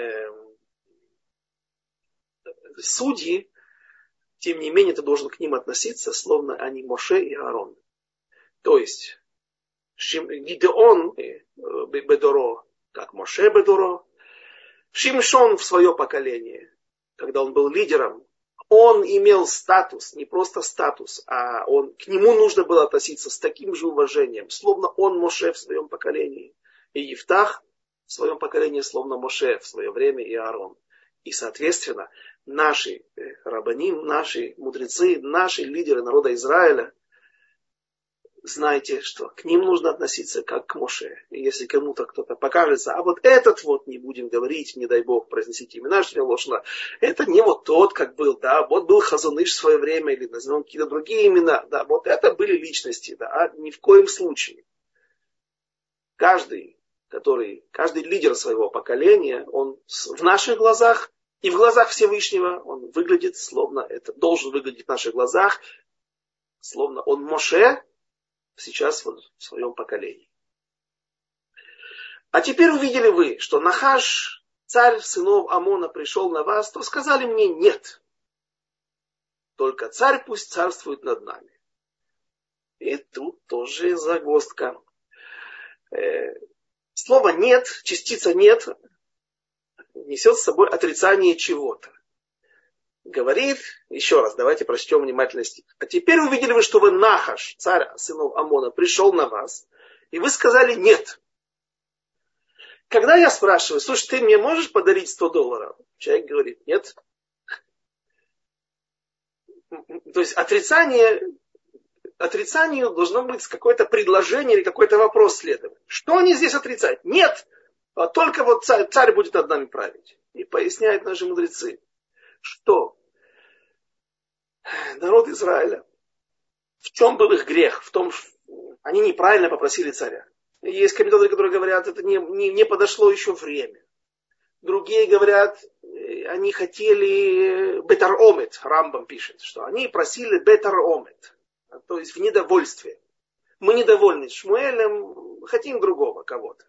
судьи, тем не менее, ты должен к ним относиться, словно они Моше и Аарон. То есть, Гидеон Бедоро, как Моше Бедоро, Шимшон в свое поколение, когда он был лидером, он имел статус, не просто статус, а к нему нужно было относиться с таким же уважением, словно он Моше в своем поколении. И Ифтах в своем поколении, словно Моше в свое время и Аарон. И, соответственно, наши рабаним, наши мудрецы, наши лидеры народа Израиля, знайте, что к ним нужно относиться как к Моше. И если кому-то кто-то покажется, а вот этот вот, не будем говорить, не дай Бог произносить имена, что ложно, это не вот тот, как был, да, вот был Хазаныш в свое время, или назовем какие-то другие имена, да, вот это были личности, да, ни в коем случае. Каждый лидер своего поколения, он в наших глазах и в глазах Всевышнего, он выглядит словно, это должен выглядеть в наших глазах, словно он Моше, сейчас вот в своем поколении. А теперь увидели вы, что Нахаш, царь сынов Амона, пришел на вас, то сказали мне нет. Только царь пусть царствует над нами. И тут тоже загвоздка. Слово нет, частица нет, несет с собой отрицание чего-то. Говорит, еще раз, давайте прочтем внимательно стих. А теперь увидели вы, что вы Нахаш, царь сынов Амона, пришел на вас, и вы сказали нет. Когда я спрашиваю, слушай, ты мне можешь подарить $100? Человек говорит, нет. То есть отрицанию должно быть какое-то предложение или какой-то вопрос следовать. Что они здесь отрицают? Нет, а только вот царь будет над нами править. И поясняют наши мудрецы, что народ Израиля, в чем был их грех? В том, что они неправильно попросили царя. Есть комментаторы, которые говорят, это не подошло еще время. Другие говорят, они хотели бетар омет, Рамбам пишет, что они просили бетар омет, то есть в недовольстве. Мы недовольны Шмуэлем, хотим другого кого-то.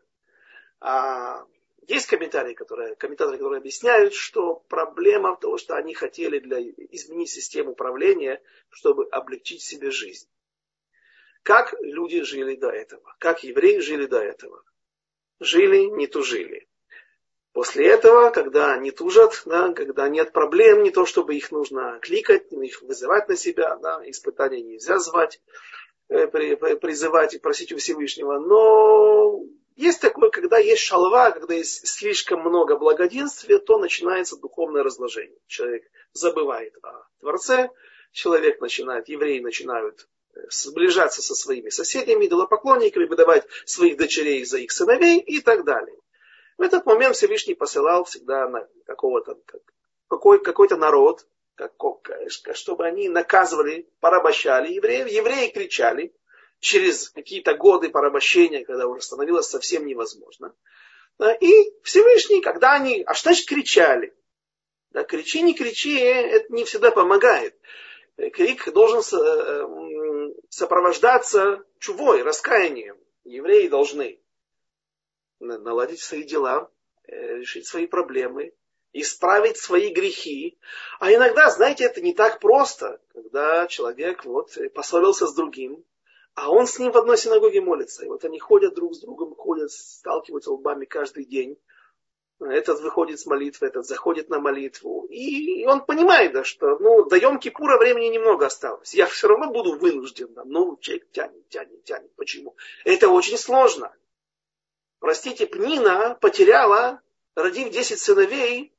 Есть комментаторы, которые объясняют, что проблема в том, что они хотели изменить систему управления, чтобы облегчить себе жизнь. Как люди жили до этого? Как евреи жили до этого? Жили, не тужили. После этого, когда не тужат, да, когда нет проблем, не то чтобы их нужно кликать, их вызывать на себя, да, испытания нельзя звать, призывать и просить у Всевышнего, но есть такое, когда есть шалва, когда есть слишком много благоденствия, то начинается духовное разложение. Человек забывает о Творце, евреи начинают сближаться со своими соседями, идолопоклонниками, выдавать своих дочерей за их сыновей и так далее. В этот момент Всевышний посылал всегда на какой-то народ, чтобы они наказывали, порабощали евреев. Евреи кричали через какие-то годы порабощения, когда уже становилось совсем невозможно. И Всевышний, когда они, а что значит кричали? Да, кричи, не кричи, это не всегда помогает. Крик должен сопровождаться чувой, раскаянием. Евреи должны наладить свои дела, решить свои проблемы, исправить свои грехи. А иногда, знаете, это не так просто, когда человек поссорился с другим, а он с ним в одной синагоге молится. И вот они ходят друг с другом, сталкиваются лбами каждый день. Этот выходит с молитвы, этот заходит на молитву. И он понимает, да, что до Йом-Кипура времени немного осталось. Я все равно буду вынужден. Да, человек тянет. Почему? Это очень сложно. Простите, Пнина потеряла, родив 10 сыновей,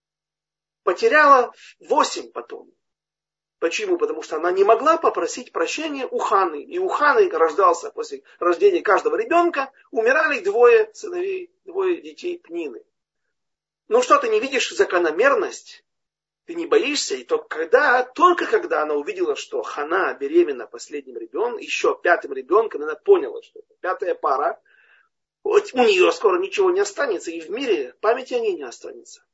потеряла 8 потом. Почему? Потому что она не могла попросить прощения у Ханы. И у Ханы рождался после рождения каждого ребенка, умирали 2 сыновей, 2 детей Пнины. Что ты не видишь закономерность, ты не боишься, и только когда она увидела, что Хана беременна последним ребенком, еще 5-м ребенком, она поняла, что это 5-я пара, у нее скоро ничего не останется, и в мире памяти о ней не останется.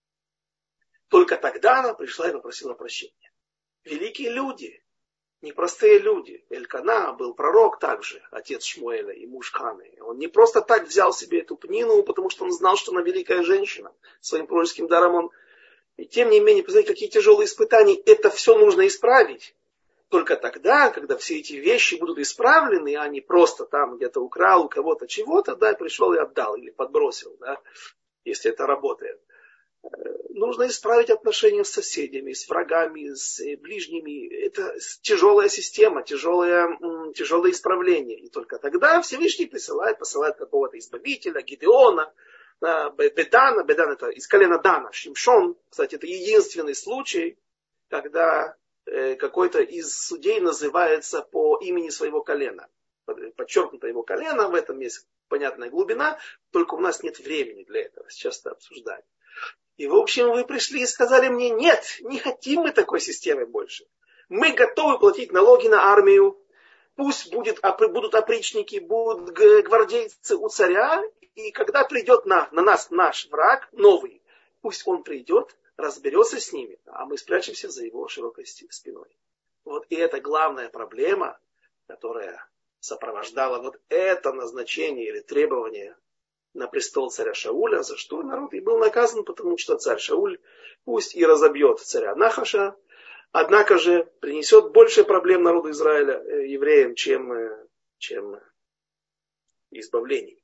Только тогда она пришла и попросила прощения. Великие люди, непростые люди. Элькана был пророк также, отец Шмуэля и муж Ханы. Он не просто так взял себе эту Пнину, потому что он знал, что она великая женщина. Своим пророческим даром он... И тем не менее, посмотрите, какие тяжелые испытания. Это все нужно исправить. Только тогда, когда все эти вещи будут исправлены, а не просто там где-то украл у кого-то чего-то, да, пришел и отдал или подбросил, да, если это работает. Нужно исправить отношения с соседями, с врагами, с ближними. Это тяжелая система, тяжелое исправление. И только тогда Всевышний посылает какого-то избавителя, Гидеона, Бедан это из колена Дана, Шимшон. Кстати, это единственный случай, когда какой-то из судей называется по имени своего колена. Подчеркнуто его колено, в этом есть понятная глубина, только у нас нет времени для этого, сейчас это обсуждаем. И, в общем, вы пришли и сказали мне, нет, не хотим мы такой системы больше. Мы готовы платить налоги на армию. Пусть будут опричники, будут гвардейцы у царя. И когда придет на нас наш враг, новый, пусть он придет, разберется с ними, а мы спрячемся за его широкой спиной. Вот и это главная проблема, которая сопровождала вот это назначение или требование на престол царя Шауля, за что народ и был наказан, потому что царь Шауль пусть и разобьет царя Нахаша, однако же принесет больше проблем народу Израиля, евреям, чем избавлений.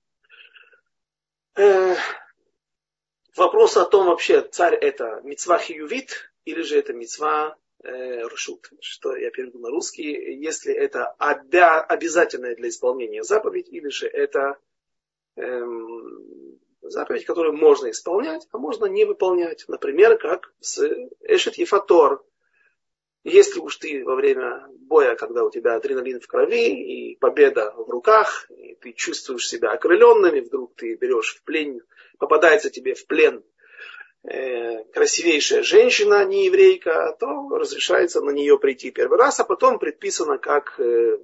Вопрос о том, вообще царь это мицва хиювит или же это мицва ршут, что я переведу на русский, если это обязательное для исполнения заповедь или же это заповедь, которую можно исполнять, а можно не выполнять. Например, как с Эшет Ефатор. Если уж ты во время боя, когда у тебя адреналин в крови и победа в руках, и ты чувствуешь себя окрыленным, и вдруг ты берешь в плен, попадается тебе в плен красивейшая женщина, не еврейка, то разрешается на нее прийти первый раз, а потом предписано, как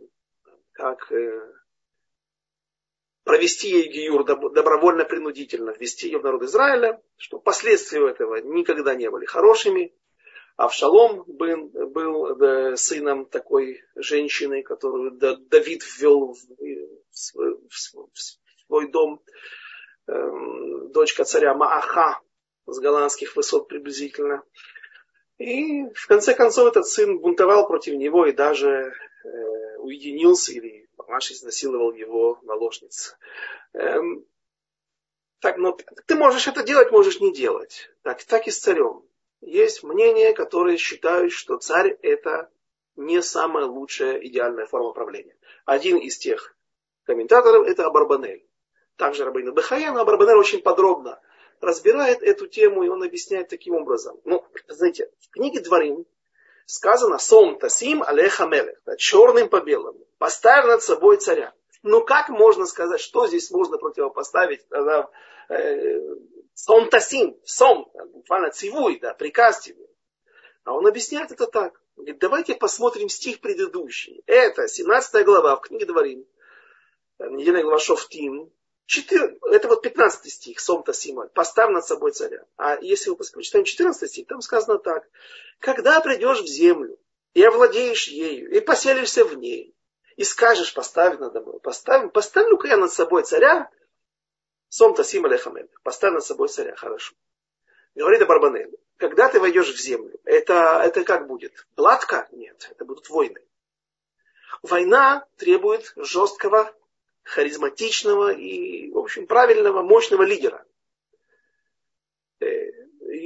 провести ей гиюр добровольно-принудительно, ввести ее в народ Израиля, что последствия этого никогда не были хорошими. Авшалом был сыном такой женщины, которую Давид ввел в свой дом, дочка царя Мааха с голландских высот приблизительно. И в конце концов этот сын бунтовал против него и даже уединился или мамаш изнасиловал его наложниц. Ты можешь это делать, можешь не делать. Так и с царем. Есть мнения, которые считают, что царь это не самая лучшая идеальная форма правления. Один из тех комментаторов это Абарбанель. Также Рабейну Бехая, но Абарбанель очень подробно разбирает эту тему, и он объясняет таким образом. Знаете, в книге Дворим сказано «Сом тасим алеха мелех», черным по белому, поставь над собой царя. Как можно сказать, что здесь можно противопоставить «Сом тасим», «сом», буквально «цивуй», да, приказ тебе. А он объясняет это так. Говорит, давайте посмотрим стих предыдущий. Это 17 глава в книге Дворим, недельная глава Шофтим. Это 15 стих, «Сом тасим», поставь над собой царя. А если мы почитаем 14 стих, там сказано так. Когда придешь в землю, и овладеешь ею, и поселишься в ней, и скажешь, поставь надо мной, поставлю-ка я над собой царя, Сом тасим алехамель, поставь над собой царя, хорошо. Говорит Абарбанель, когда ты войдешь в землю, это как будет? Гладко? Нет, это будут войны. Война требует жесткого, харизматичного и, в общем, правильного, мощного лидера.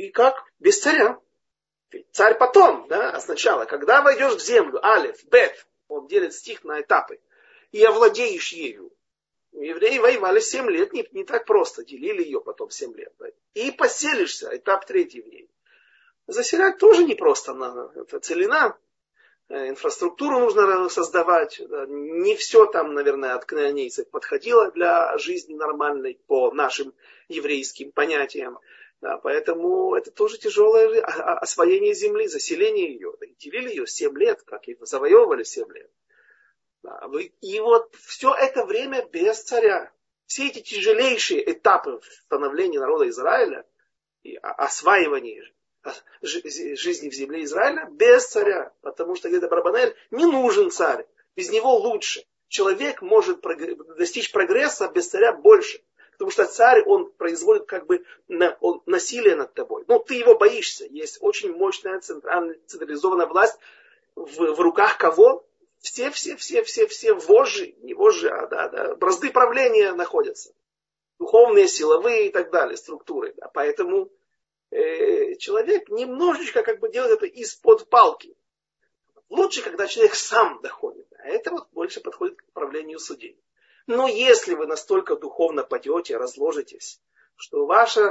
И как? Без царя. Царь потом, да, сначала, когда войдешь в землю, алеф, бет, он делит стих на этапы, и овладеешь ею. Евреи воевали 7 лет, не так просто, делили ее потом 7 лет. Да, и поселишься, этап 3 в ней. Заселять тоже непросто, это целина, инфраструктуру нужно создавать. Да, не все там, наверное, от кнаанейцев подходило для жизни нормальной по нашим еврейским понятиям. Да, поэтому это тоже тяжелое освоение земли, заселение ее. Да, и делили ее 7 лет, как и завоевывали 7 лет. Да, и вот все это время без царя. Все эти тяжелейшие этапы становления народа Израиля и осваивания жизни в земле Израиля без царя. Потому что где-то Барбанель не нужен царь. Без него лучше. Человек может достичь прогресса без царя больше. Потому что царь, он производит как бы насилие над тобой. Ну, ты его боишься. Есть очень мощная централизованная власть в руках кого? Все вожжи, не вожжи, бразды правления находятся. Духовные, силовые и так далее, структуры. Да. Поэтому человек немножечко как бы делает это из-под палки. Лучше, когда человек сам доходит. А это вот больше подходит к правлению судей. Но если вы настолько духовно падете, разложитесь, что у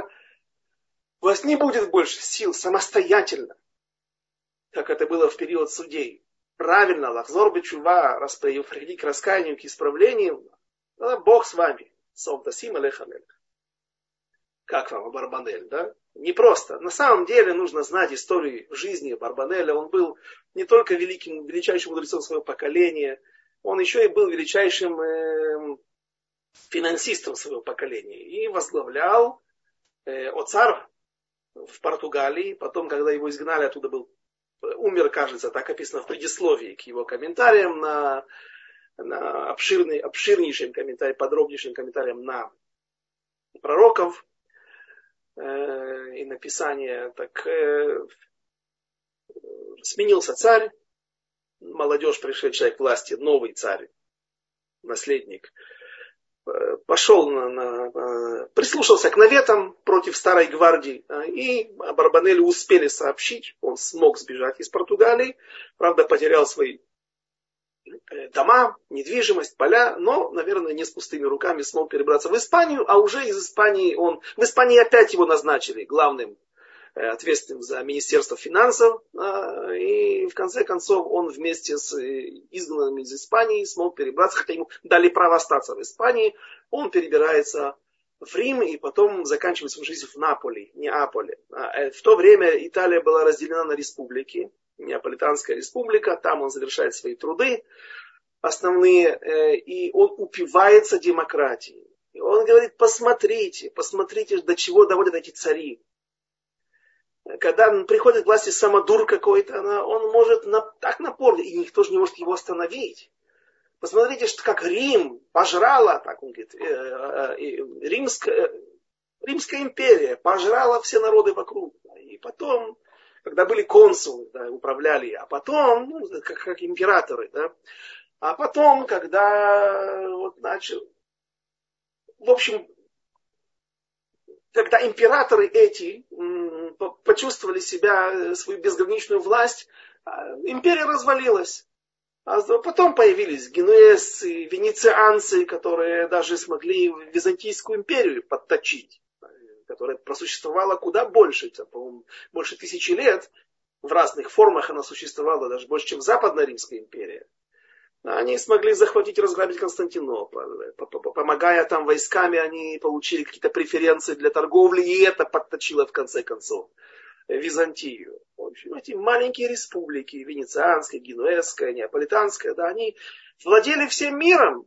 вас не будет больше сил самостоятельно, как это было в период судей, правильно, лахзор бечува, приходить к раскаянию, к исправлению, Бог с вами. Сом тасим алеха мелех. Как вам, Барбанель, да? Не просто. На самом деле нужно знать историю жизни Барбанеля. Он был не только величайшим мудрецом своего поколения, он еще и был величайшим финансистом своего поколения. И возглавлял ОЦАР в Португалии. Потом, когда его изгнали, оттуда умер, кажется, так описано в предисловии к его комментариям на обширнейшим комментариям, подробнейшим комментариям на пророков и написание. Так сменился царь, молодежь, пришедшая к власти, новый царь, наследник, пошел прислушался к наветам против старой гвардии, и Барбанелю успели сообщить, он смог сбежать из Португалии, правда потерял свои дома, недвижимость, поля, но, наверное, не с пустыми руками смог перебраться в Испанию, а уже из Испании в Испании опять его назначили главным ответственным за Министерство финансов, и в конце концов он вместе с изгнанными из Испании смог перебраться, хотя ему дали право остаться в Испании, он перебирается в Рим и потом заканчивает свою жизнь в Неаполе. В то время Италия была разделена на республики, Неаполитанская республика, там он завершает свои труды основные, и он упивается демократией. И он говорит, посмотрите, до чего доводят эти цари. Когда приходит к власти самодур какой-то, он может так напорлить, и никто же не может его остановить. Посмотрите, что как Рим пожрала, так он говорит, Римская империя пожрала все народы вокруг. И потом, когда были консулы, да, управляли, а потом, как императоры, да, а потом, когда в общем, когда императоры эти почувствовали свою безграничную власть, империя развалилась. А потом появились генуэзцы, венецианцы, которые даже смогли Византийскую империю подточить, которая просуществовала куда больше, по-моему, больше 1000 лет. В разных формах она существовала даже больше, чем Западная Римская империя. Они смогли захватить и разграбить Константинополь. Помогая там войсками, они получили какие-то преференции для торговли, и это подточило в конце концов Византию. В общем, эти маленькие республики, Венецианская, Генуэзская, Неаполитанская, да, они владели всем миром.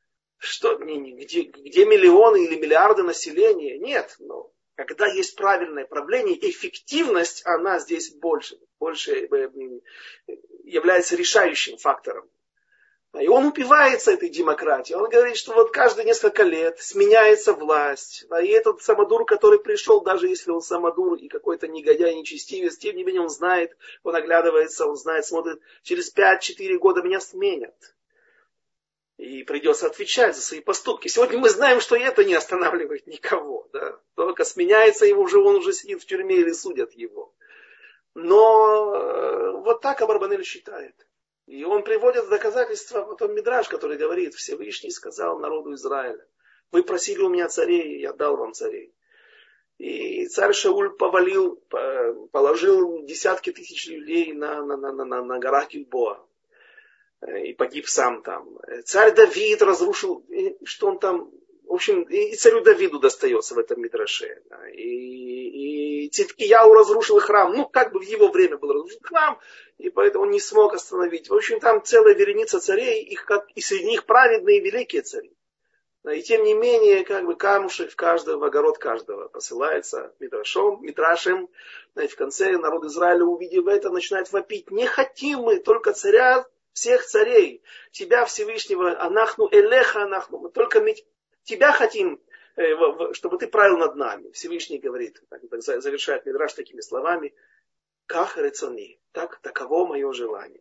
Где миллионы или миллиарды населения? Нет. Но когда есть правильное правление, эффективность, она здесь больше является решающим фактором. И он упивается этой демократией. Он говорит, что вот каждые несколько лет сменяется власть. И этот самодур, который пришел, даже если он самодур и какой-то негодяй, нечестивец, тем не менее он знает, он оглядывается, он знает, смотрит, через 5-4 года меня сменят. И придется отвечать за свои поступки. Сегодня мы знаем, что это не останавливает никого. Да? только сменяется его уже, он уже сидит в тюрьме или судят его. Но вот так Абарбанель считает. И он приводит в доказательство потом Мидраш, который говорит: Всевышний сказал народу Израиля: вы просили у меня царей, я дал вам царей. И царь Шауль положил десятки тысяч людей на горах Гильбоа. И погиб сам там. Царь Давид разрушил, что он там, в общем, и царю Давиду достается в этом Мидраше. И Циткияу разрушил храм, ну, как бы в его время был разрушен храм, и поэтому он не смог остановить. В общем, там целая вереница царей, и среди них праведные великие цари. И тем не менее, как бы камушек в огород каждого посылается Мидрашем. И в конце народ Израиля, увидев это, начинает вопить: не хотим мы только царя всех царей, тебя Всевышнего, анахну элеха анахну, мы только тебя хотим, чтобы ты правил над нами. Всевышний говорит, завершает Мидраш такими словами: ках рецони, таково мое желание.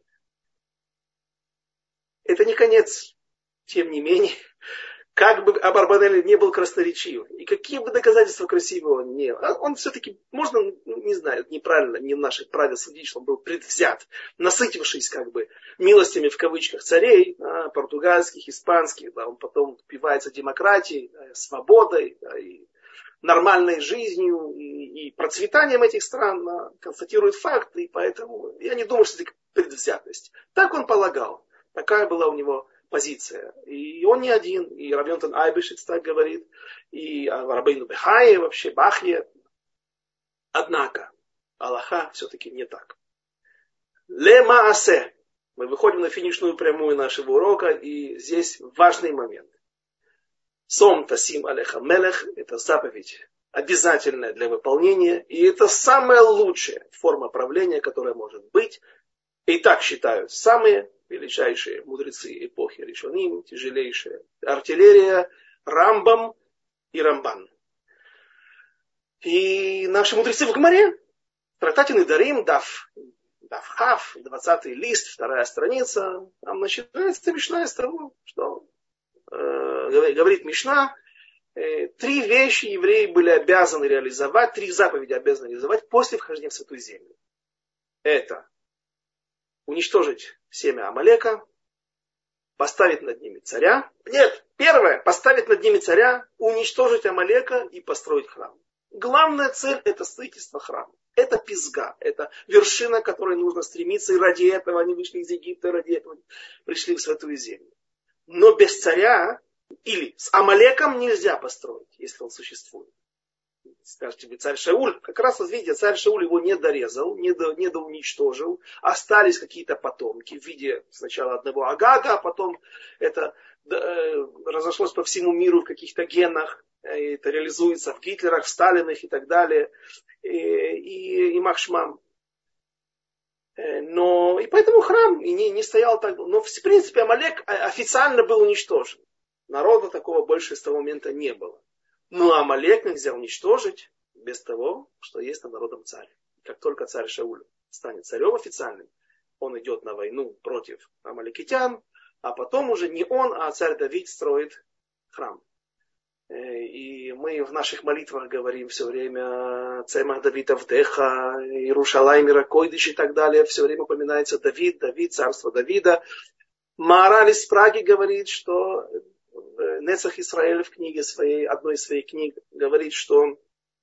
Это не конец, тем не менее. Как бы Абарбанель не был красноречив, и какие бы доказательства красивые он не был, он все-таки, можно, не знаю, неправильно, не в наших правилах судить, что он был предвзят, насытившись как бы милостями в кавычках царей, португальских, испанских, он потом упивается демократией, свободой, и нормальной жизнью и процветанием этих стран, констатирует факты, и поэтому я не думаю, что это предвзятость. Так он полагал, такая была у него позиция. И он не один. И Рав Йонатан Айбешиц так говорит. И Рабейну Бехае, вообще Бахье. Однако, Аллаха все-таки не так. Ле маасе. Мы выходим на финишную прямую нашего урока. И здесь важный момент. Сом тасим алеха мелех. Это заповедь обязательная для выполнения. И это самая лучшая форма правления, которая может быть. И так считают самые величайшие мудрецы эпохи Ришоним, тяжелейшая артиллерия, Рамбам и Рамбан. И наши мудрецы в Гмаре, в трактате Недарим, Дав Хав, 20-й лист, 2-я страница, там начинается Мишна с того, что говорит Мишна: 3 вещи евреи были обязаны реализовать, 3 заповеди обязаны реализовать после вхождения в Святую Землю. Это уничтожить семя Амалека, поставить над ними царя. Нет, первое, поставить над ними царя, уничтожить Амалека и построить храм. Главная цель – это строительство храма. Это пизга, это вершина, к которой нужно стремиться, и ради этого они вышли из Египта, ради этого пришли в Святую Землю. Но без царя, или с Амалеком нельзя построить, если он существует. Скажете, ведь царь Шауль, как раз, вот видите, царь Шауль его не дорезал, не доуничтожил, остались какие-то потомки в виде сначала одного Агага, а потом это разошлось по всему миру в каких-то генах, это реализуется в Гитлерах, в Сталинах и так далее, и Махшмам. Но, и поэтому храм и не стоял так, но в принципе Амалек официально был уничтожен. Народа такого больше с того момента не было. Но Амалек нельзя уничтожить без того, что есть над народом царь. Как только царь Шауль станет царем официальным, он идет на войну против амалекитян, а потом уже не он, а царь Давид строит храм. И мы в наших молитвах говорим все время Цемах Давид Авдеха, Иерушалайм Иракойдыш и так далее. Все время упоминается Давид, царство Давида. Маораль из Праги говорит, что Нецах Исраэль в книге своей, одной из своих книг, говорит, что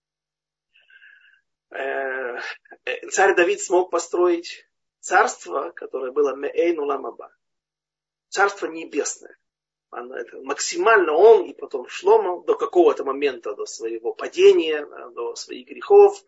царь Давид смог построить царство, которое было Меэйн Улам Аба. Царство небесное. Это максимально он и потом Шломо до какого-то момента, до своего падения, до своих грехов.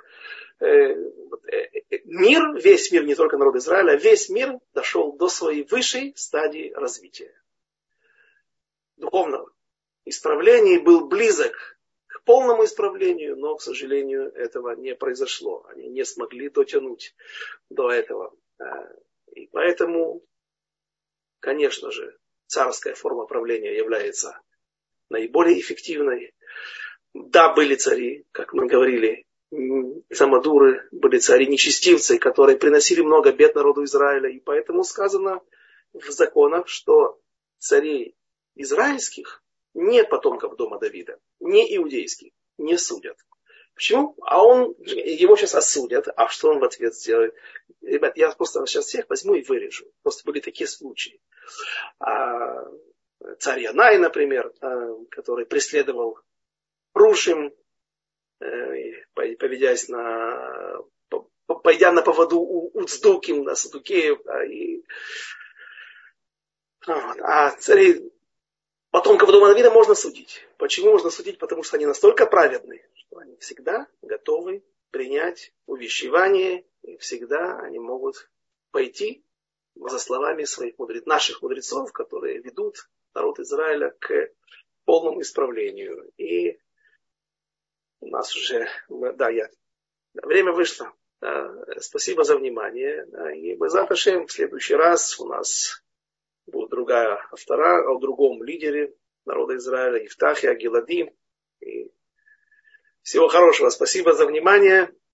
Мир, весь мир, не только народ Израиля, весь мир дошел до своей высшей стадии развития. Духовного исправления, был близок к полному исправлению, но, к сожалению, этого не произошло. Они не смогли дотянуть до этого. И поэтому, конечно же, царская форма правления является наиболее эффективной. Да, были цари, как мы говорили, самодуры, были цари нечестивцы, которые приносили много бед народу Израиля. И поэтому сказано в законах, что царей израильских, не потомков дома Давида, не иудейских, не судят. Почему? Его сейчас осудят, а что он в ответ сделает? Ребят, я просто сейчас всех возьму и вырежу. Просто были такие случаи. Царь Янай, например, который преследовал Прушим, поведясь пойдя на поводу у Цдуким, на Садукеев, царей, потомков дома Давида можно судить. Почему можно судить? Потому что они настолько праведны, что они всегда готовы принять увещевание, и всегда они могут пойти за словами своих наших мудрецов, которые ведут народ Израиля к полному исправлению. И у нас уже, время вышло. Спасибо за внимание. И Бе'эзрат Ашем, в следующий раз у нас будет другая автора о другом лидере народа Израиля, Ифтахе, Гилади. И всего хорошего. Спасибо за внимание.